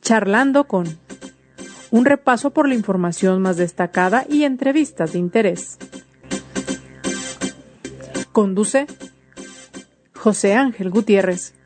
Charlando con un repaso por la información más destacada y entrevistas de interés. Conduce José Ángel Gutiérrez.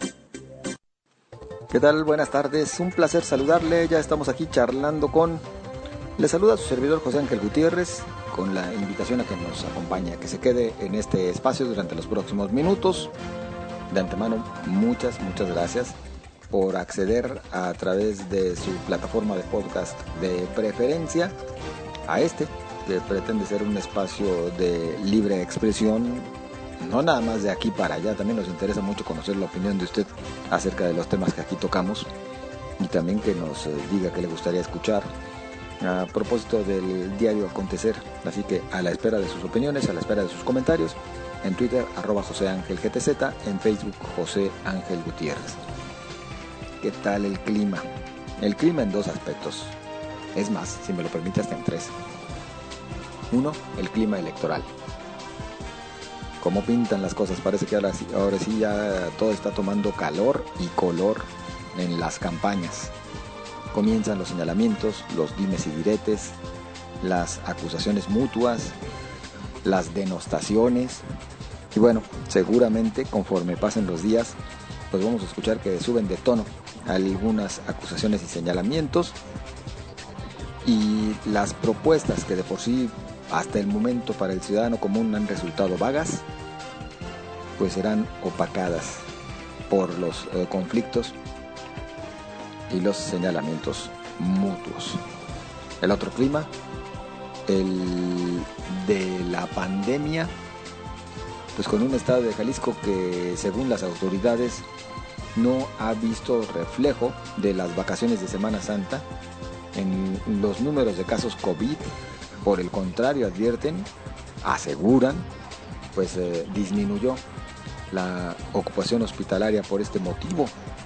¿Qué tal? Buenas tardes, un placer saludarle. Ya estamos aquí charlando con... Le saluda su servidor José Ángel Gutiérrez, con la invitación a que nos acompañe, a que se quede en este espacio durante los próximos minutos. De antemano, muchas gracias por acceder a través de su plataforma de podcast de preferencia a este, que pretende ser un espacio de libre expresión, no nada más de aquí para allá. También nos interesa mucho conocer la opinión de usted acerca de los temas que aquí tocamos y también que nos diga qué le gustaría escuchar a propósito del diario acontecer. Así que a la espera de sus opiniones, a la espera de sus comentarios, en Twitter @JoséAngelGTZ, en Facebook José Ángel Gutiérrez. ¿Qué tal el clima? El clima en dos aspectos, es más, si me lo permite, hasta en tres. Uno, el clima electoral. ¿Cómo pintan las cosas? Parece que ahora sí ya todo está tomando calor y color en las campañas. Comienzan los señalamientos, los dimes y diretes, las acusaciones mutuas, las denostaciones. Y bueno, seguramente conforme pasen los días, pues vamos a escuchar que suben de tono algunas acusaciones y señalamientos, y las propuestas que de por sí hasta el momento para el ciudadano común han resultado vagas, pues serán opacadas por los conflictos y los señalamientos mutuos. El otro clima, el de la pandemia, pues con un estado de Jalisco que, según las autoridades, no ha visto reflejo de las vacaciones de Semana Santa en los números de casos COVID. Por el contrario, advierten, aseguran, pues disminuyó la ocupación hospitalaria por este motivo.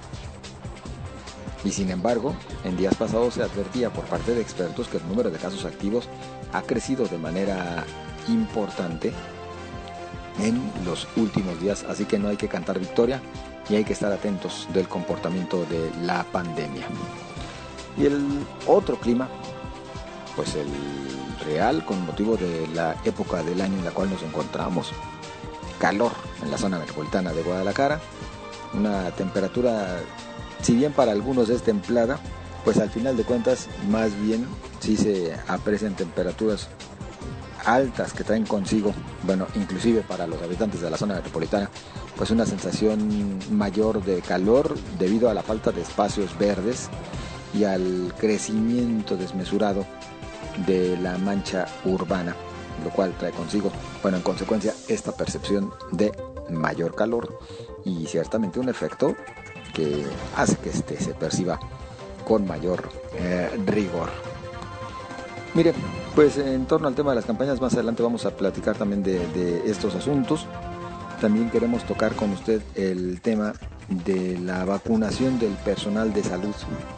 Y sin embargo, en días pasados se advertía por parte de expertos que el número de casos activos ha crecido de manera importante en los últimos días, así que no hay que cantar victoria y hay que estar atentos del comportamiento de la pandemia. Y el otro clima, pues el real, con motivo de la época del año en la cual nos encontramos. Calor en la zona metropolitana de Guadalajara, una temperatura, si bien para algunos es templada, pues al final de cuentas más bien sí se aprecian temperaturas altas que traen consigo, bueno, inclusive para los habitantes de la zona metropolitana, pues una sensación mayor de calor debido a la falta de espacios verdes y al crecimiento desmesurado de la mancha urbana, lo cual trae consigo, bueno, en consecuencia, esta percepción de mayor calor y ciertamente un efecto que hace que se perciba con mayor rigor. Mire, pues en torno al tema de las campañas, más adelante vamos a platicar también de estos asuntos. También queremos tocar con usted el tema de la vacunación del personal de salud.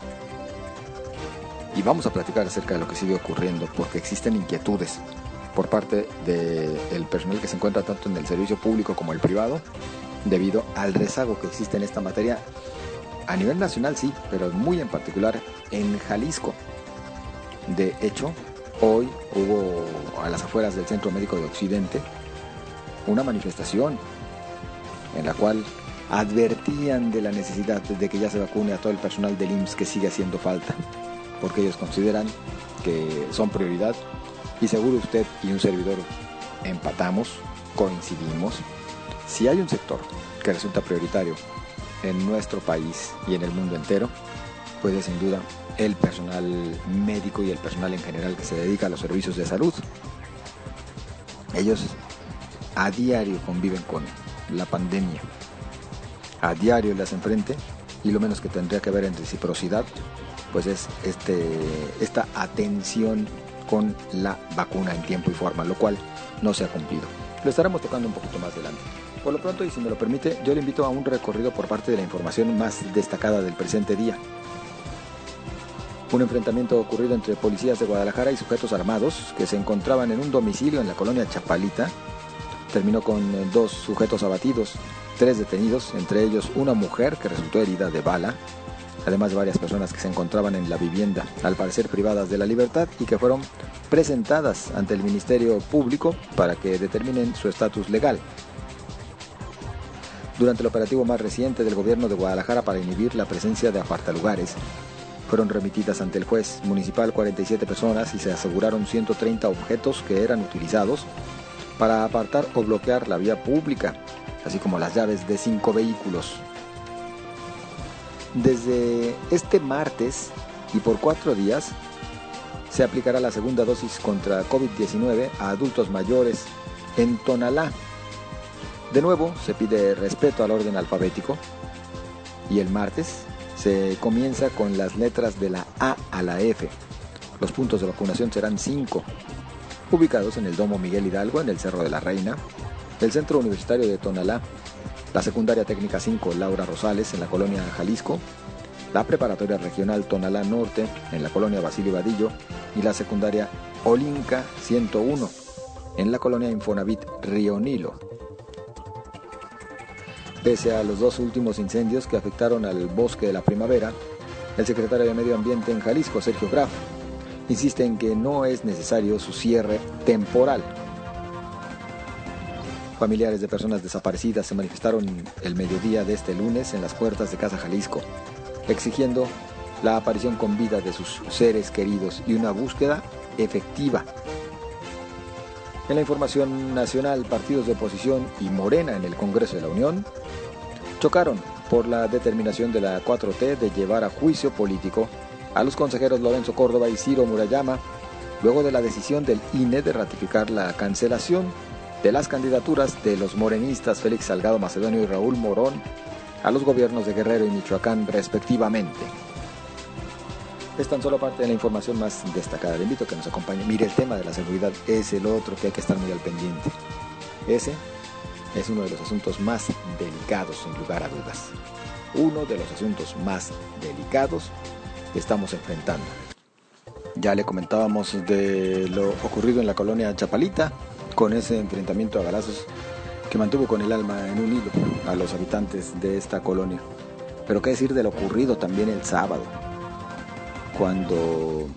Y vamos a platicar acerca de lo que sigue ocurriendo, porque existen inquietudes por parte del personal que se encuentra tanto en el servicio público como el privado, debido al rezago que existe en esta materia a nivel nacional, sí, pero muy en particular en Jalisco. De hecho, hoy hubo a las afueras del Centro Médico de Occidente una manifestación en la cual advertían de la necesidad de que ya se vacune a todo el personal del IMSS que sigue haciendo falta, porque ellos consideran que son prioridad, y seguro usted y un servidor empatamos, coincidimos. Si hay un sector que resulta prioritario en nuestro país y en el mundo entero, pues es sin duda el personal médico y el personal en general que se dedica a los servicios de salud. Ellos a diario conviven con la pandemia, a diario le hacen frente, y lo menos que tendría que haber en reciprocidad pues es esta atención con la vacuna en tiempo y forma, lo cual no se ha cumplido. Lo estaremos tocando un poquito más adelante. Por lo pronto, y si me lo permite, yo le invito a un recorrido por parte de la información más destacada del presente día. Un enfrentamiento ocurrido entre policías de Guadalajara y sujetos armados que se encontraban en un domicilio en la colonia Chapalita terminó con 2 sujetos abatidos, 3 detenidos, entre ellos una mujer que resultó herida de bala, además de varias personas que se encontraban en la vivienda, al parecer privadas de la libertad, y que fueron presentadas ante el Ministerio Público para que determinen su estatus legal. Durante el operativo más reciente del gobierno de Guadalajara para inhibir la presencia de apartalugares, fueron remitidas ante el juez municipal 47 personas y se aseguraron 130 objetos que eran utilizados para apartar o bloquear la vía pública, así como las llaves de 5 vehículos. Desde este martes y por 4 días se aplicará la segunda dosis contra COVID-19 a adultos mayores en Tonalá. De nuevo se pide respeto al orden alfabético y el martes se comienza con las letras de la A a la F. Los puntos de vacunación serán 5, ubicados en el Domo Miguel Hidalgo, en el Cerro de la Reina, el Centro Universitario de Tonalá, la Secundaria Técnica 5 Laura Rosales en la colonia Jalisco, la Preparatoria Regional Tonalá Norte en la colonia Basilio Vadillo y la Secundaria Olinca 101 en la colonia Infonavit Río Nilo. Pese a los 2 últimos incendios que afectaron al Bosque de la Primavera, el secretario de Medio Ambiente en Jalisco, Sergio Graf, insiste en que no es necesario su cierre temporal. Familiares de personas desaparecidas se manifestaron el mediodía de este lunes en las puertas de Casa Jalisco, exigiendo la aparición con vida de sus seres queridos y una búsqueda efectiva. En la información nacional, partidos de oposición y Morena en el Congreso de la Unión chocaron por la determinación de la 4T de llevar a juicio político a los consejeros Lorenzo Córdoba y Ciro Murayama, luego de la decisión del INE de ratificar la cancelación de las candidaturas de los morenistas Félix Salgado Macedonio y Raúl Morón a los gobiernos de Guerrero y Michoacán respectivamente. Es tan solo parte de la información más destacada. Le invito a que nos acompañe. Mire, el tema de la seguridad es el otro que hay que estar muy al pendiente. Ese es uno de los asuntos más delicados, sin lugar a dudas. Uno de los asuntos más delicados que estamos enfrentando. Ya le comentábamos de lo ocurrido en la colonia Chapalita, con ese enfrentamiento a balazos que mantuvo con el alma en un hilo a los habitantes de esta colonia. Pero qué decir de lo ocurrido también el sábado, cuando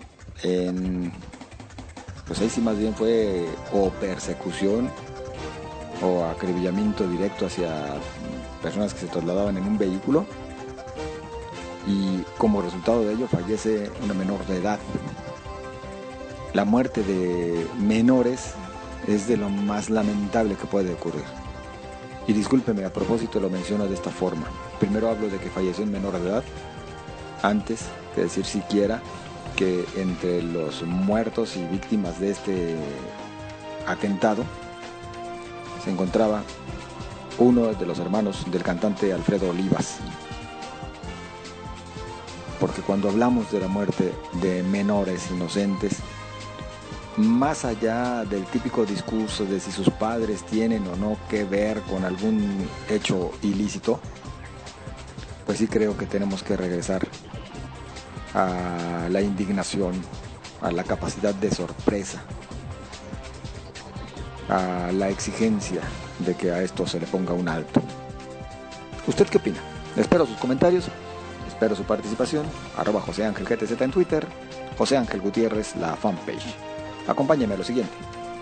pues ahí sí más bien fue o persecución o acribillamiento directo hacia personas que se trasladaban en un vehículo, y como resultado de ello fallece una menor de edad. La muerte de menores es de lo más lamentable que puede ocurrir. Y discúlpeme, a propósito lo menciono de esta forma. Primero hablo de que falleció un menor de edad, antes que decir siquiera que entre los muertos y víctimas de este atentado se encontraba uno de los hermanos del cantante Alfredo Olivas. Porque cuando hablamos de la muerte de menores inocentes, más allá del típico discurso de si sus padres tienen o no que ver con algún hecho ilícito, pues sí creo que tenemos que regresar a la indignación, a la capacidad de sorpresa, a la exigencia de que a esto se le ponga un alto. ¿Usted qué opina? Espero sus comentarios, espero su participación. @José Ángel GTZ en Twitter, José Ángel Gutiérrez, la fanpage. Acompáñeme a lo siguiente.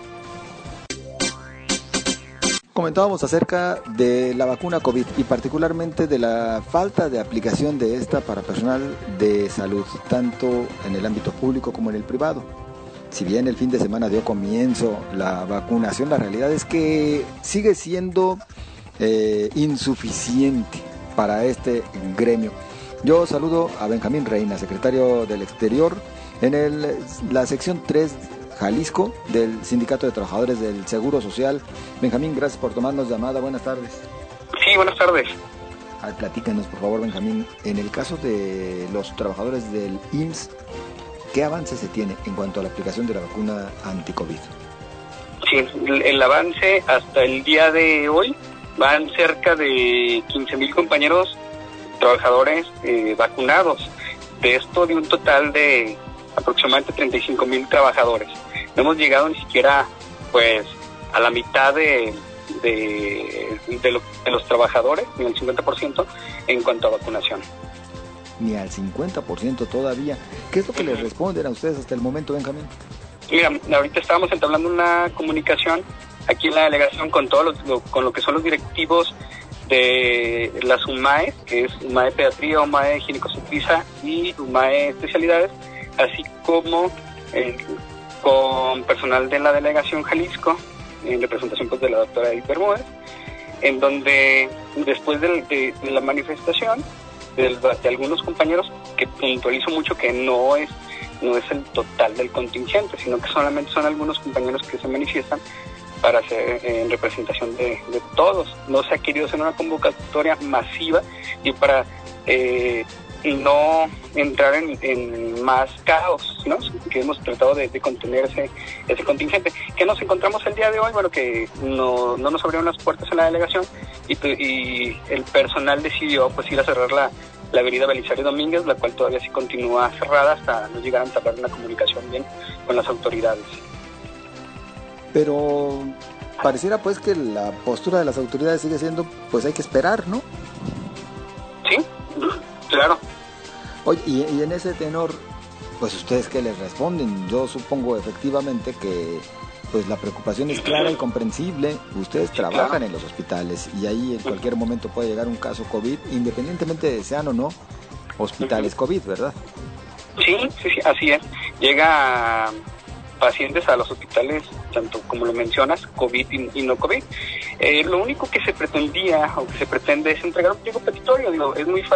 Comentábamos acerca de la vacuna COVID y particularmente de la falta de aplicación de esta para personal de salud, tanto en el ámbito público como en el privado. Si bien el fin de semana dio comienzo la vacunación, la realidad es que sigue siendo insuficiente para este gremio. Yo saludo a Benjamín Reina, secretario del Exterior, en la sección 3 Jalisco del Sindicato de Trabajadores del Seguro Social. Benjamín, gracias por tomarnos llamada. Buenas tardes. Sí, buenas tardes. Platícanos, por favor, Benjamín, en el caso de los trabajadores del IMSS, ¿qué avance se tiene en cuanto a la aplicación de la vacuna anti-COVID? Sí, el avance hasta el día de hoy van cerca de 15,000 compañeros trabajadores vacunados. De esto, de un total de aproximadamente 35,000 trabajadores. No hemos llegado ni siquiera pues a la mitad de los trabajadores, ni el 50% en cuanto a vacunación. ni al 50% todavía. ¿Qué es lo que les responden a ustedes hasta el momento, Benjamín? Mira, ahorita estábamos entablando una comunicación aquí en la delegación con con lo que son los directivos de las UMAE, que es UMAE Pediatría, UMAE Ginecoobstetricia y UMAE Especialidades, así como con personal de la delegación Jalisco, en representación pues de la doctora Edith Bermúdez, en donde después de la manifestación de algunos compañeros, que puntualizo mucho que no es el total del contingente, sino que solamente son algunos compañeros que se manifiestan para hacer en representación de todos. No se ha querido hacer una convocatoria masiva y para no entrar en más caos, ¿no? Que hemos tratado de contener ese contingente. Que nos encontramos el día de hoy, bueno, que no nos abrieron las puertas en la delegación y el personal decidió pues ir a cerrar la avenida Belisario Domínguez, la cual todavía sí continúa cerrada hasta no llegar a entablar una comunicación bien con las autoridades. Pero pareciera pues que la postura de las autoridades sigue siendo, pues hay que esperar, ¿no? Sí, claro. Oye, y en ese tenor, pues ustedes ¿qué les responden? Yo supongo efectivamente que pues la preocupación es clara y comprensible. Ustedes trabajan en los hospitales y ahí en cualquier momento puede llegar un caso COVID, independientemente de sean o no hospitales COVID, ¿verdad? Sí, así es. Llega pacientes a los hospitales, tanto como lo mencionas, COVID y no COVID. Lo único que se pretendía o que se pretende es entregar un pliego petitorio. Digo, es muy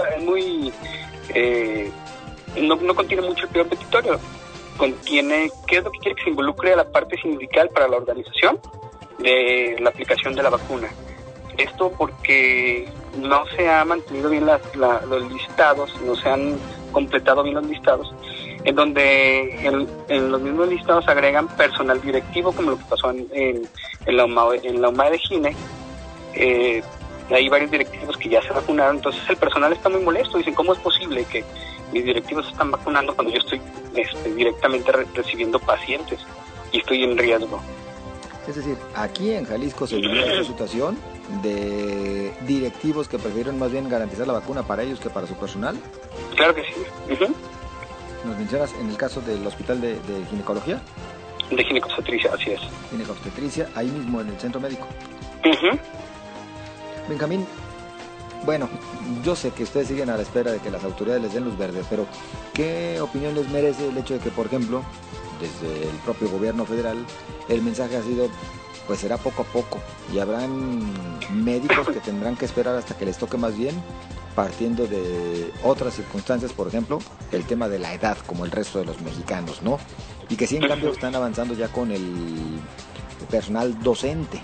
no contiene mucho el pliego petitorio. Contiene qué es lo que quiere que se involucre a la parte sindical para la organización de la aplicación de la vacuna. Esto porque no se ha mantenido bien los listados, no se han completado bien los listados, en donde en los mismos listados agregan personal directivo, como lo que pasó en la UMAE de Gine. Hay varios directivos que ya se vacunaron, entonces el personal está muy molesto, dicen, ¿cómo es posible que mis directivos se están vacunando cuando yo estoy directamente recibiendo pacientes y estoy en riesgo? Es decir, aquí en Jalisco se vivió esta situación de directivos que prefieren más bien garantizar la vacuna para ellos que para su personal. Claro que sí. ¿Nos mencionas en el caso del hospital de ginecología? De ginecoobstetricia, así es. Ginecoobstetricia, ahí mismo en el centro médico. Benjamín, bueno, yo sé que ustedes siguen a la espera de que las autoridades les den luz verde, pero ¿qué opinión les merece el hecho de que, por ejemplo, desde el propio gobierno federal, el mensaje ha sido, pues será poco a poco, y habrán médicos que tendrán que esperar hasta que les toque más bien, partiendo de otras circunstancias, por ejemplo, el tema de la edad, como el resto de los mexicanos, ¿no? Y que sí, en cambio, están avanzando ya con el personal docente.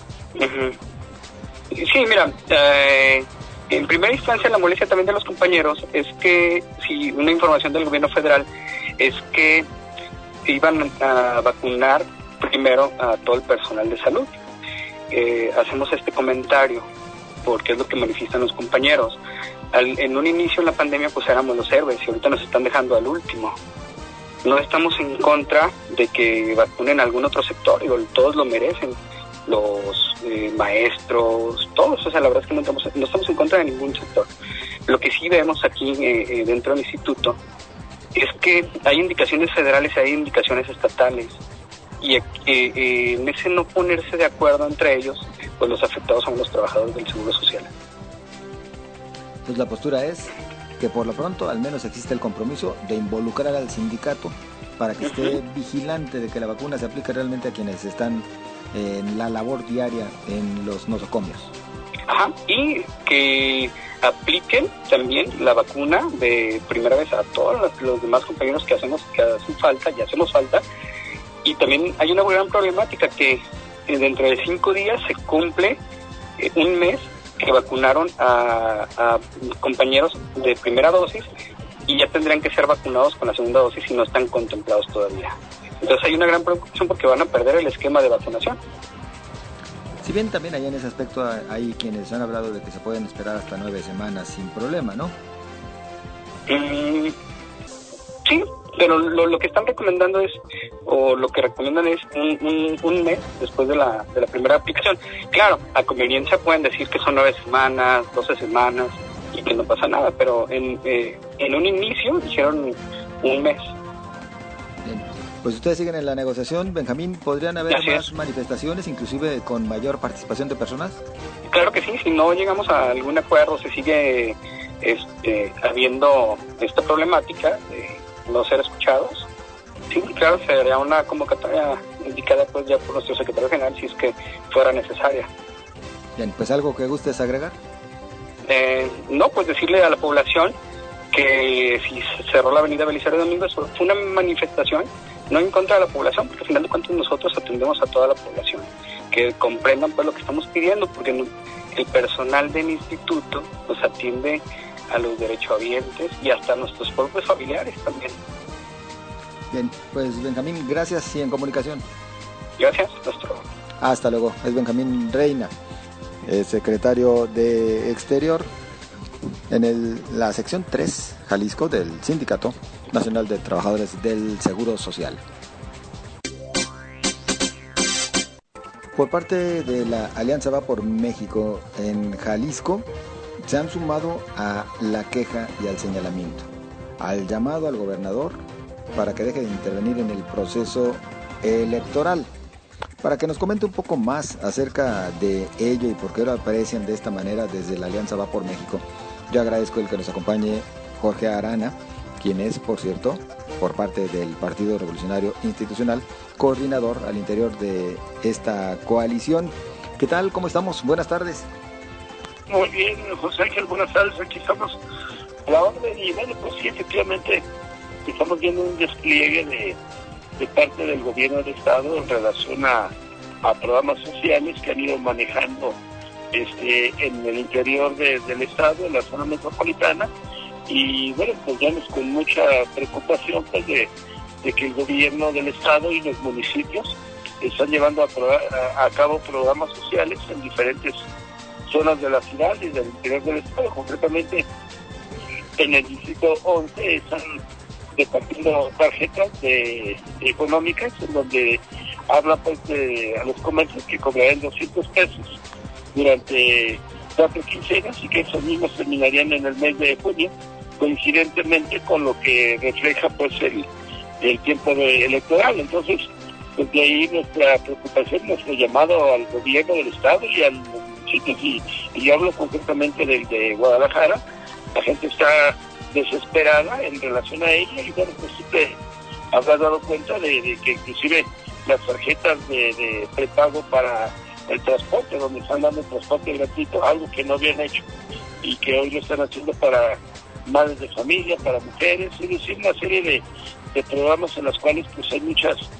Sí, mira, en primera instancia la molestia también de los compañeros es que, si una información del gobierno federal es que iban a vacunar primero a todo el personal de salud. Hacemos este comentario porque es lo que manifiestan los compañeros. En un inicio en la pandemia pues éramos los héroes y ahorita nos están dejando al último. No estamos en contra de que vacunen a algún otro sector, digo, todos lo merecen, los maestros, todos, o sea, la verdad es que no estamos en contra de ningún sector. Lo que sí vemos aquí dentro del instituto es que hay indicaciones federales y hay indicaciones estatales, y en ese no ponerse de acuerdo entre ellos, pues los afectados son los trabajadores del Seguro Social. Pues la postura es que por lo pronto al menos existe el compromiso de involucrar al sindicato para que esté vigilante de que la vacuna se aplique realmente a quienes están en la labor diaria en los nosocomios. Y que apliquen también la vacuna de primera vez a todos los demás compañeros que hacemos falta. Y también hay una gran problemática que dentro de 5 días se cumple un mes que vacunaron a compañeros de primera dosis y ya tendrían que ser vacunados con la segunda dosis y no están contemplados todavía. Entonces hay una gran preocupación porque van a perder el esquema de vacunación. Si bien también allá en ese aspecto hay quienes han hablado de que se pueden esperar hasta 9 semanas sin problema, ¿no? Sí, pero lo que están recomendando es, o lo que recomiendan es un mes después de la primera aplicación. Claro, a conveniencia pueden decir que son 9 semanas, 12 semanas, y que no pasa nada, pero en un inicio dijeron un mes. Bien. Pues ustedes siguen en la negociación, Benjamín. ¿Podrían haber más manifestaciones, inclusive con mayor participación de personas? Claro que sí, si no llegamos a algún acuerdo, se sigue habiendo esta problemática de no ser escuchados. Sí, claro, sería una convocatoria indicada pues ya por nuestro secretario general si es que fuera necesaria. Bien, pues algo que gustes agregar. No, pues decirle a la población que si se cerró la avenida Belisario Domínguez fue una manifestación no en contra de la población, porque al final de cuentas nosotros atendemos a toda la población, que comprendan pues lo que estamos pidiendo, porque el personal del instituto nos atiende a los derechohabientes y hasta a nuestros propios familiares también. Bien, pues Benjamín, gracias y en comunicación. Gracias, hasta luego. Es Benjamín Reina, secretario de Exterior en la sección 3, Jalisco, del Sindicato Nacional de Trabajadores del Seguro Social. Por parte de la Alianza Va por México en Jalisco, se han sumado a la queja y al señalamiento, al llamado al gobernador para que deje de intervenir en el proceso electoral. Para que nos comente un poco más acerca de ello y por qué lo aprecian de esta manera desde la Alianza Va por México, yo agradezco el que nos acompañe Jorge Arana, quien es, por cierto, por parte del Partido Revolucionario Institucional, coordinador al interior de esta coalición. ¿Qué tal? ¿Cómo estamos? Buenas tardes. Muy bien, José Ángel, buenas tardes. Aquí estamos a la orden y bueno, pues sí, efectivamente estamos viendo un despliegue de parte del gobierno del estado en relación a programas sociales que han ido manejando en el interior del estado, en la zona metropolitana, y bueno, pues vemos con mucha preocupación pues de que el gobierno del estado y los municipios están llevando a cabo programas sociales en diferentes zonas de la ciudad y del interior del estado. Concretamente en el distrito 11 están repartiendo tarjetas económicas en donde habla pues a los comercios que cobrarán 200 pesos durante 4 quincenas y que esos mismos terminarían en el mes de junio, coincidentemente con lo que refleja pues el tiempo electoral. Entonces, pues de ahí nuestra preocupación, nuestro llamado al gobierno del estado y al municipio, y yo hablo concretamente de Guadalajara. La gente está desesperada en relación a ella y bueno, pues sí te habrás dado cuenta de que inclusive las tarjetas de prepago para el transporte, donde están dando transporte gratuito, algo que no habían hecho y que hoy lo están haciendo para madres de familia, para mujeres, es decir, una serie de programas en los cuales pues hay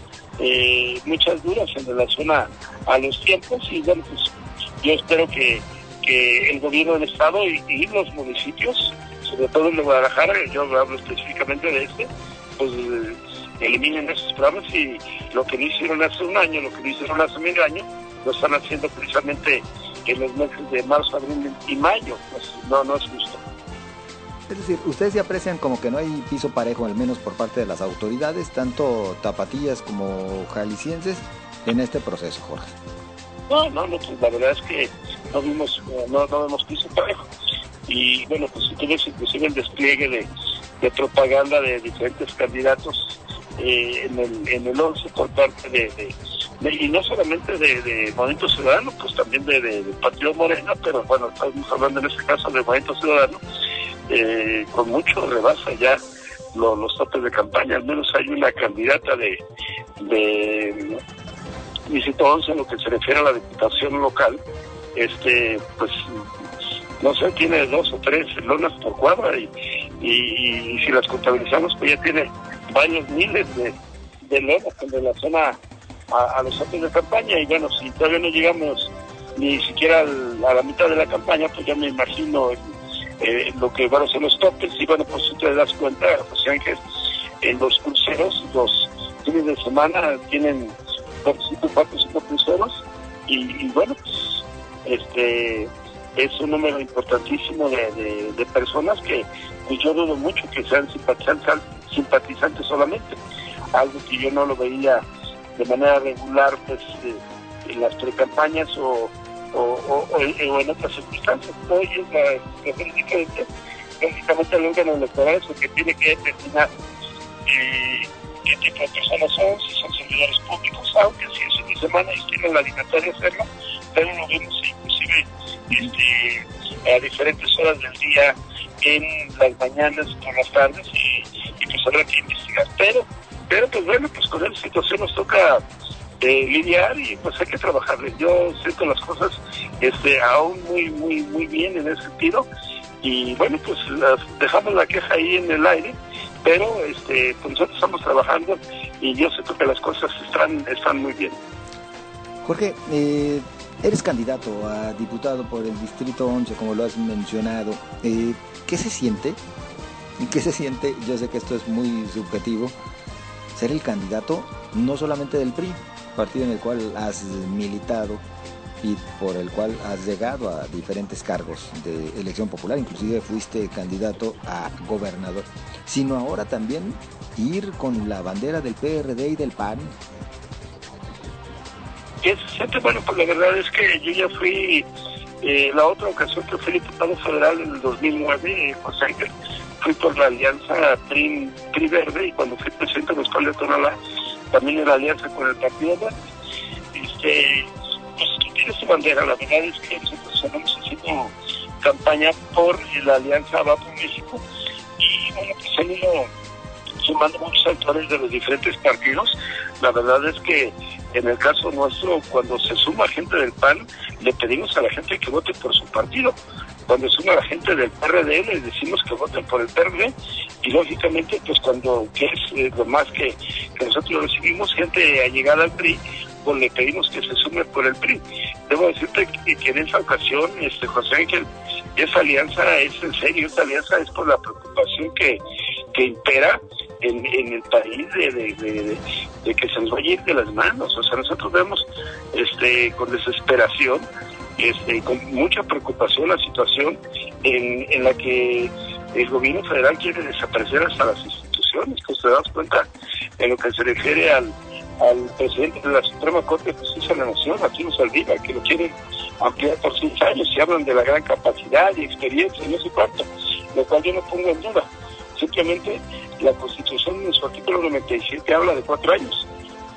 muchas dudas en relación a los tiempos y bueno, pues yo espero que el gobierno del estado y los municipios, sobre todo el de Guadalajara, yo hablo específicamente de pues eliminen esos programas y lo que no hicieron hace un año, lo que no hicieron hace medio año, lo están haciendo precisamente en los meses de marzo, abril y mayo. Pues no es justo. Es decir, ustedes se aprecian como que no hay piso parejo, al menos por parte de las autoridades, tanto tapatías como jaliscienses, en este proceso, Jorge. No, pues la verdad es que no vemos piso parejo. Y bueno, pues si tú ves inclusive el despliegue de propaganda de diferentes candidatos en el 11 por parte y no solamente de Movimiento Ciudadano, pues también de Partido Morena, pero bueno, estamos hablando en este caso de Movimiento Ciudadano, con mucho rebasa ya los topes de campaña. Al menos hay una candidata de Distrito 11 en lo que se refiere a la diputación local, pues no sé, tiene 2 o 3 lonas por cuadra y si las contabilizamos pues ya tiene varios miles de lonas en relación a los topes de campaña. Y bueno, si todavía no llegamos ni siquiera a la mitad de la campaña, pues ya me imagino lo que van a ser los topes. Y bueno, pues si te das cuenta, José Ángel, en los cruceros, los fines de semana tienen 4 o 5 cruceros y bueno, pues es un número importantísimo de personas que pues yo dudo mucho que sean simpatizantes solamente, algo que yo no lo veía de manera regular pues en las precampañas o o en otras circunstancias. Hoy es la situación diferente. Lógicamente el órgano electoral es lo que tiene que determinar qué tipo de personas son, si son servidores públicos, aunque si es fin de semana ellos tienen la libertad de hacerlo, pero lo vemos inclusive a diferentes horas del día, en las mañanas, por las tardes, y pues habrá que investigar. Pero pues bueno, pues con esa situación nos toca lidiar y pues hay que trabajarle. Yo siento las cosas aún muy bien en ese sentido, y bueno, pues dejamos la queja ahí en el aire, pero pues nosotros estamos trabajando y yo siento que las cosas están muy bien. Jorge, eres candidato a diputado por el Distrito 11, como lo has mencionado. ¿Qué se siente? ¿Qué se siente? Yo sé que esto es muy subjetivo, ser el candidato no solamente del PRI, partido en el cual has militado y por el cual has llegado a diferentes cargos de elección popular, inclusive fuiste candidato a gobernador, sino ahora también ir con la bandera del PRD y del PAN. Bueno, pues la verdad es que yo ya fui, la otra ocasión que fui diputado federal en el 2009, José Ángel, fui por la alianza PRI-Verde, y cuando fui presidente municipal de Tonalá, también en la alianza con el Partido Verde. Pues tú tienes tu bandera. La verdad es que nosotros estamos haciendo campaña por la alianza Va por México, y bueno, pues han ido sumando muchos actores de los diferentes partidos. La verdad es que en el caso nuestro, cuando se suma gente del PAN, le pedimos a la gente que vote por su partido. Cuando suma la gente del PRD, les decimos que voten por el PRD, y lógicamente, pues que es lo más que nosotros recibimos, gente allegada al PRI, pues le pedimos que se sume por el PRI. Debo decirte que en esa ocasión, José Ángel, esa alianza es en serio, esa alianza es por la preocupación que impera en el país de que se nos vaya a ir de las manos. O sea, nosotros vemos con desesperación, con mucha preocupación la situación en la que el gobierno federal quiere desaparecer hasta las instituciones, que usted da cuenta en lo que se refiere al presidente de la Suprema Corte de Justicia de la Nación, Arturo Saldívar, que lo quieren ampliar por 6 años, y hablan de la gran capacidad y experiencia y no sé cuánto, lo cual yo no pongo en duda. Simplemente la Constitución en su artículo 97 habla de 4 años,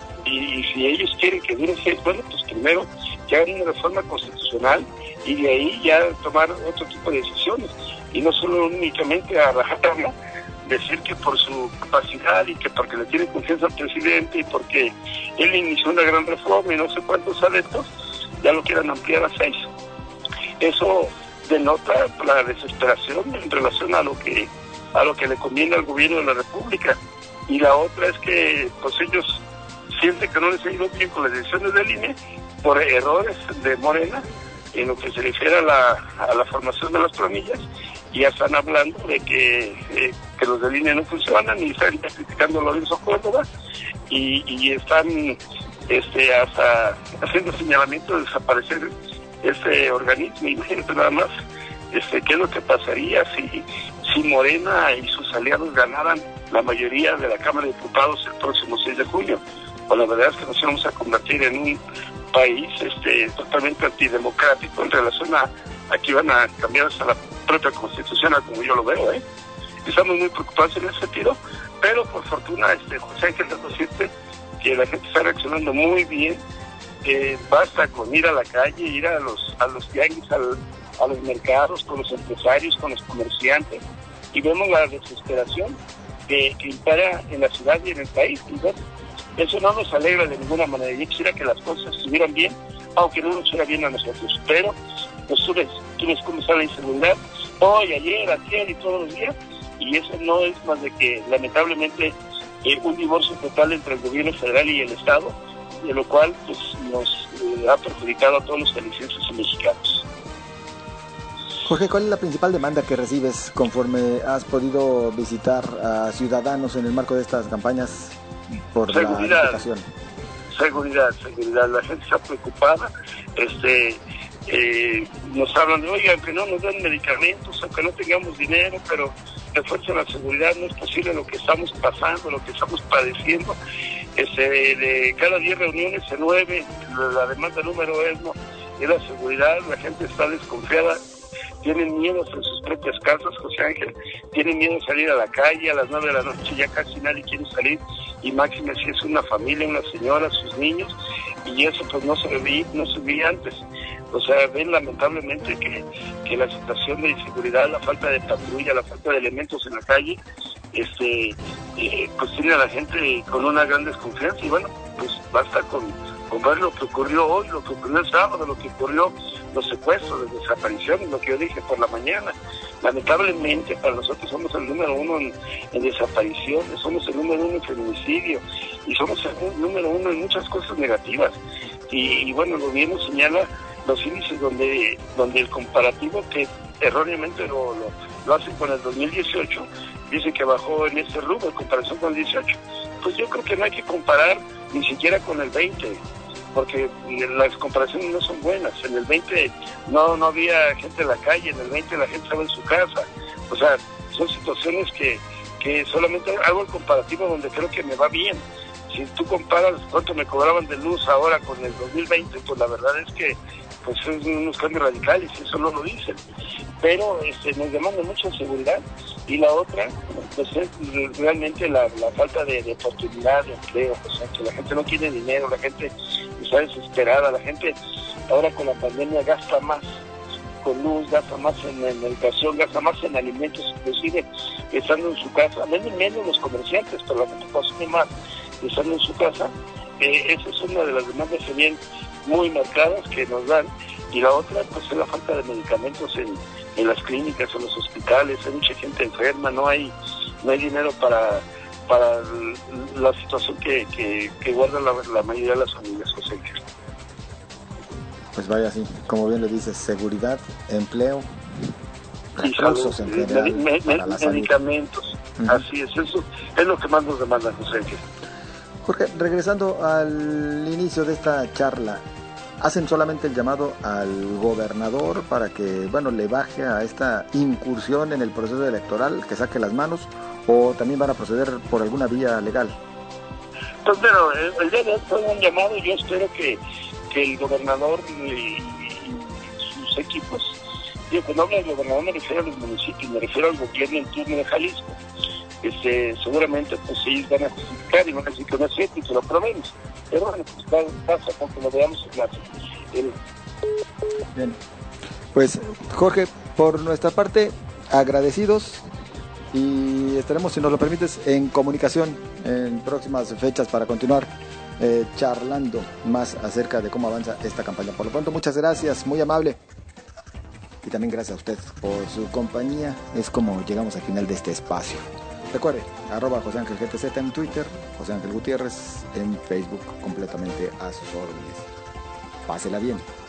y si ellos quieren que dure 6, bueno, pues primero que hagan una reforma constitucional y de ahí ya tomar otro tipo de decisiones, y no solo únicamente a rajatabla decir que por su capacidad y que porque le tiene confianza al presidente y porque él inició una gran reforma y no sé cuántos adeptos ya lo quieran ampliar a 6. Eso denota la desesperación en relación a lo que le conviene al gobierno de la República. Y la otra es que pues ellos sienten que no les ha ido bien con las decisiones del INE por errores de Morena en lo que se refiere a la formación de las planillas, y ya están hablando de que los del INE no funcionan, y están criticando a Lorenzo Córdoba, y están hasta haciendo señalamiento de desaparecer ese organismo. Imagínate nada más qué es lo que pasaría si Morena y sus aliados ganaran la mayoría de la Cámara de Diputados el próximo 6 de junio. Pues la verdad es que nos vamos a convertir en un país totalmente antidemocrático en relación a que van a cambiar hasta la propia Constitución, como yo lo veo. Estamos muy preocupados en ese sentido, pero por fortuna, José Ángel, debo decirte que la gente está reaccionando muy bien. Basta con ir a la calle, ir a los tianguis, a los mercados, con los empresarios, con los comerciantes, y vemos la desesperación que impera en la ciudad y en el país. Y bueno, eso no nos alegra de ninguna manera. Yo quisiera que las cosas estuvieran bien, aunque no nos estuviera bien a nosotros, pero pues tú ves cómo está la inseguridad hoy, ayer, antier y todos los días, y eso no es más de que lamentablemente un divorcio total entre el gobierno federal y el Estado, de lo cual pues nos ha perjudicado a todos los jaliscienses y mexicanos. Jorge, ¿cuál es la principal demanda que recibes conforme has podido visitar a ciudadanos en el marco de estas campañas por la diputación? Seguridad. La gente está preocupada. Nos hablan de, oigan, que no nos den medicamentos, aunque no tengamos dinero, pero refuercen la seguridad. No es posible lo que estamos pasando, lo que estamos padeciendo. De cada 10 reuniones, 9, la demanda número 1 es la seguridad. La gente está desconfiada, tienen miedo en sus propias casas, José Ángel, tienen miedo de salir a la calle a las 9 de la noche, ya casi nadie quiere salir, y máxime si es una familia, una señora, sus niños, y eso pues no se veía antes. O sea, ven lamentablemente que la situación de inseguridad, la falta de patrulla, la falta de elementos en la calle, pues tiene a la gente con una gran desconfianza. Y bueno, pues basta con ver lo que ocurrió hoy, lo que ocurrió el sábado, lo que ocurrió, los secuestros, las desapariciones, lo que yo dije por la mañana. Lamentablemente para nosotros somos el número uno en desapariciones, somos el número uno en feminicidio, y somos el número uno en muchas cosas negativas. Y bueno, el gobierno señala los índices donde el comparativo, que erróneamente lo hacen con el 2018, dice que bajó en este rubro en comparación con el 18. Pues yo creo que no hay que comparar ni siquiera con el 20, porque las comparaciones no son buenas. En el 20 no había gente en la calle, en el 20 la gente estaba en su casa. O sea, son situaciones que solamente hago el comparativo donde creo que me va bien. Si tú comparas cuánto me cobraban de luz ahora con el 2020, pues la verdad es que pues son unos cambios radicales, eso no lo dicen. Pero nos demanda mucha seguridad. Y la otra, pues es realmente la falta de oportunidad de empleo. O sea, que la gente no tiene dinero, la gente está desesperada, la gente ahora con la pandemia gasta más con luz, gasta más en educación, gasta más en alimentos, inclusive estando en su casa, menos los comerciantes, pero la gente consume más estando en su casa. Esa es una de las demandas también muy marcadas que nos dan. Y la otra, pues es la falta de medicamentos en las clínicas, en los hospitales. Hay mucha gente enferma, no hay dinero para la situación que guardan la mayoría de las familias, José. Pues vaya, así, como bien le dices, seguridad, empleo, recursos en general, para la salud. Medicamentos, así es, eso es lo que más nos demanda, José. Jorge, regresando al inicio de esta charla, ¿hacen solamente el llamado al gobernador para que, bueno, le baje a esta incursión en el proceso electoral, que saque las manos, o también van a proceder por alguna vía legal? Pues bueno, el día de hoy fue un llamado. Yo espero que el gobernador y sus equipos, digo, cuando hablo del gobernador me refiero a los municipios, me refiero al gobierno en turno de Jalisco. Seguramente pues ellos van a justificar y van a decir que no es cierto y que lo probemos. Pero bueno, pues pasa porque lo veamos en clase. Bien, pues Jorge, por nuestra parte, agradecidos, y estaremos, si nos lo permites, en comunicación en próximas fechas para continuar charlando más acerca de cómo avanza esta campaña. Por lo pronto, muchas gracias, muy amable. Y también gracias a usted por su compañía. Es como llegamos al final de este espacio. Recuerde, @José_Ángel_GTZ en Twitter, José Ángel Gutiérrez en Facebook, completamente a sus órdenes. Pásela bien.